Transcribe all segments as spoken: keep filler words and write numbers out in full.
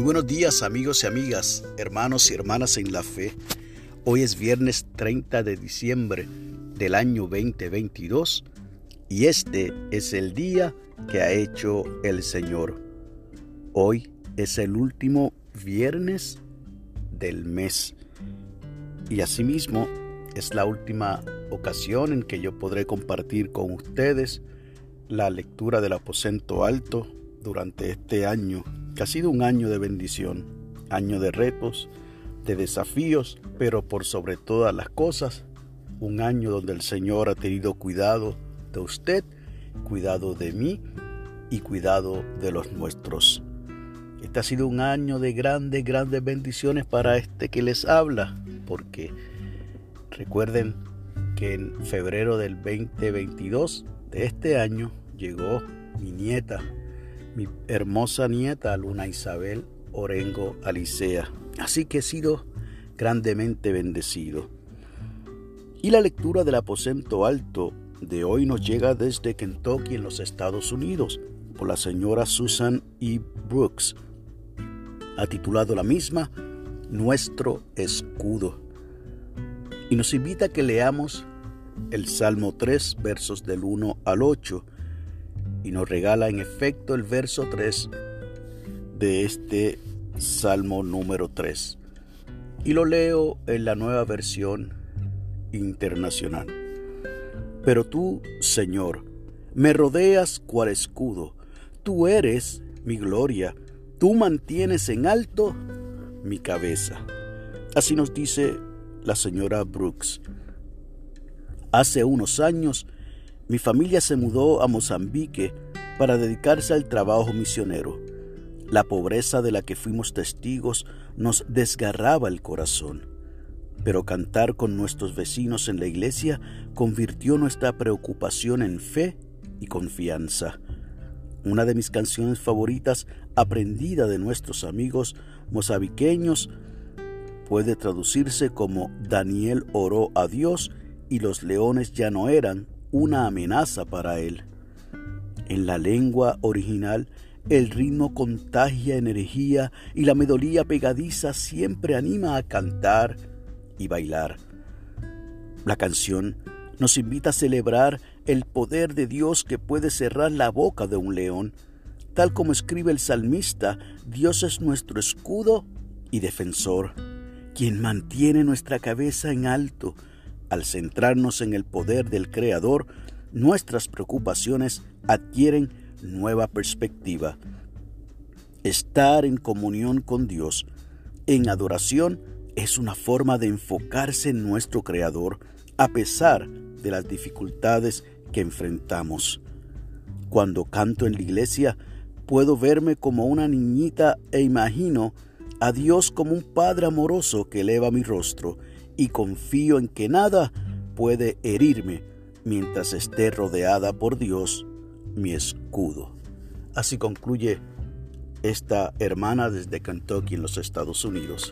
buenos días, amigos y amigas, hermanos y hermanas en la fe. Hoy es viernes treinta de diciembre del año veinte veintidós y este es el día que ha hecho el Señor. Hoy es el último viernes del mes y asimismo es la última ocasión en que yo podré compartir con ustedes la lectura del aposento alto durante este año, que ha sido un año de bendición, año de retos, de desafíos, pero por sobre todas las cosas, un año donde el Señor ha tenido cuidado de usted, cuidado de mí y cuidado de los nuestros. Este ha sido un año de grandes, grandes bendiciones para este que les habla, porque recuerden que en febrero del veinte veintidós de este año llegó mi nieta, mi hermosa nieta Luna Isabel Orengo Alicea. Así que he sido grandemente bendecido. Y la lectura del aposento alto de hoy nos llega desde Kentucky en los Estados Unidos por la señora Susan E. Brooks. Ha titulado la misma Nuestro Escudo. Y nos invita a que leamos el Salmo tres, versos del uno al ocho. Y nos regala en efecto el verso tres de este Salmo número tres. Y lo leo en la Nueva Versión Internacional. Pero tú, Señor, me rodeas cual escudo. Tú eres mi gloria. Tú mantienes en alto mi cabeza. Así nos dice la señora Brooks. Hace unos años, mi familia se mudó a Mozambique para dedicarse al trabajo misionero. La pobreza de la que fuimos testigos nos desgarraba el corazón, pero cantar con nuestros vecinos en la iglesia convirtió nuestra preocupación en fe y confianza. Una de mis canciones favoritas, aprendida de nuestros amigos mozambiqueños, puede traducirse como Daniel oró a Dios y los leones ya no eran una amenaza para él. En la lengua original, el ritmo contagia energía y la melodía pegadiza siempre anima a cantar y bailar. La canción nos invita a celebrar el poder de Dios que puede cerrar la boca de un león. Tal como escribe el salmista, Dios es nuestro escudo y defensor, quien mantiene nuestra cabeza en alto. Al centrarnos en el poder del Creador, nuestras preocupaciones adquieren nueva perspectiva. Estar en comunión con Dios, en adoración, es una forma de enfocarse en nuestro Creador a pesar de las dificultades que enfrentamos. Cuando canto en la iglesia, puedo verme como una niñita e imagino a Dios como un Padre amoroso que eleva mi rostro y confío en que nada puede herirme mientras esté rodeada por Dios, mi escudo. Así concluye esta hermana desde Kentucky en los Estados Unidos.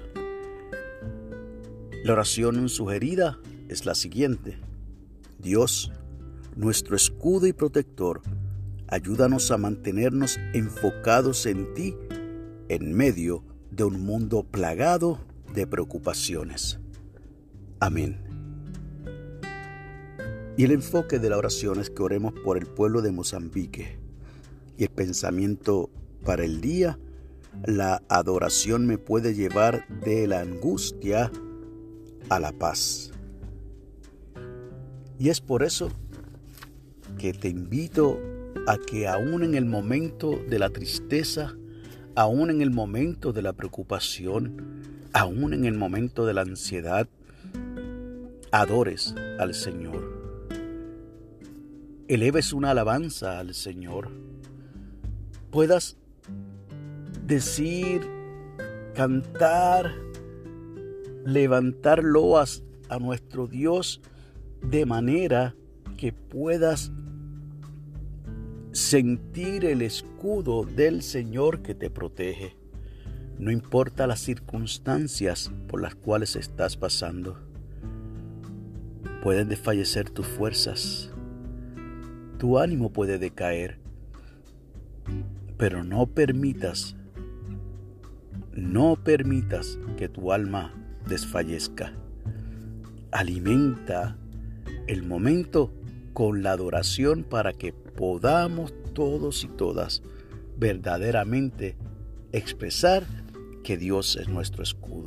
La oración sugerida es la siguiente: Dios, nuestro escudo y protector, ayúdanos a mantenernos enfocados en ti en medio de un mundo plagado de preocupaciones. Amén. Y el enfoque de la oración es que oremos por el pueblo de Mozambique. Y el pensamiento para el día: la adoración me puede llevar de la angustia a la paz. Y es por eso que te invito a que aún en el momento de la tristeza, aún en el momento de la preocupación, aún en el momento de la ansiedad, adores al Señor. Eleves una alabanza al Señor. Puedas decir, cantar, levantar loas a nuestro Dios de manera que puedas sentir el escudo del Señor que te protege. No importa las circunstancias por las cuales estás pasando. Pueden desfallecer tus fuerzas. Tu ánimo puede decaer. Pero no permitas no permitas que tu alma desfallezca. Alimenta el momento con la adoración para que podamos todos y todas verdaderamente expresar que Dios es nuestro escudo.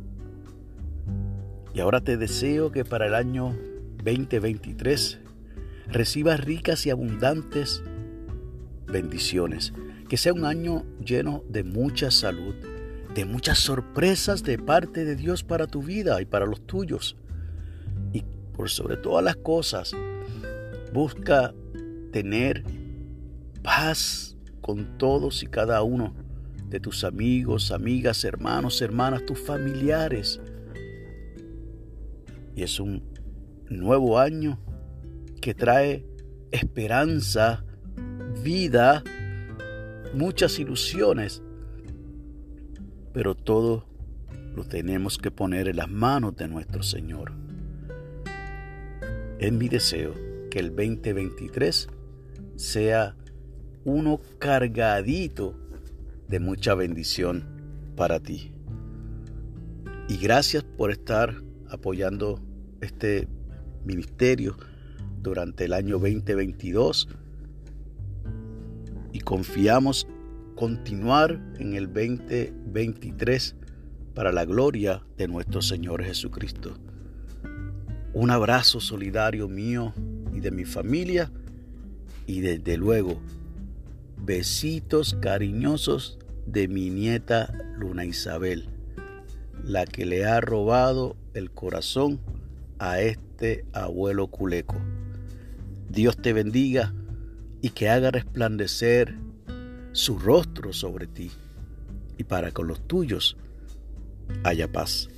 Y ahora te deseo que para el año veinte veintitrés recibas ricas y abundantes bendiciones, que sea un año lleno de mucha salud, de muchas sorpresas de parte de Dios para tu vida y para los tuyos. Y por sobre todas las cosas, busca tener paz con todos y cada uno de tus amigos, amigas, hermanos, hermanas, tus familiares. Y es un nuevo año que trae esperanza, vida, muchas ilusiones, pero todo lo tenemos que poner en las manos de nuestro Señor. Es mi deseo que el veinte veintitrés sea uno cargadito de mucha bendición para ti. Y gracias por estar apoyando este ministerio durante el año veinte veintidós, y confiamos continuar en el veinte veintitrés para la gloria de nuestro Señor Jesucristo. Un abrazo solidario mío y de mi familia, y desde luego besitos cariñosos de mi nieta Luna Isabel, la que le ha robado el corazón a este abuelo culeco. Dios te bendiga y que haga resplandecer su rostro sobre ti, y para con los tuyos haya paz.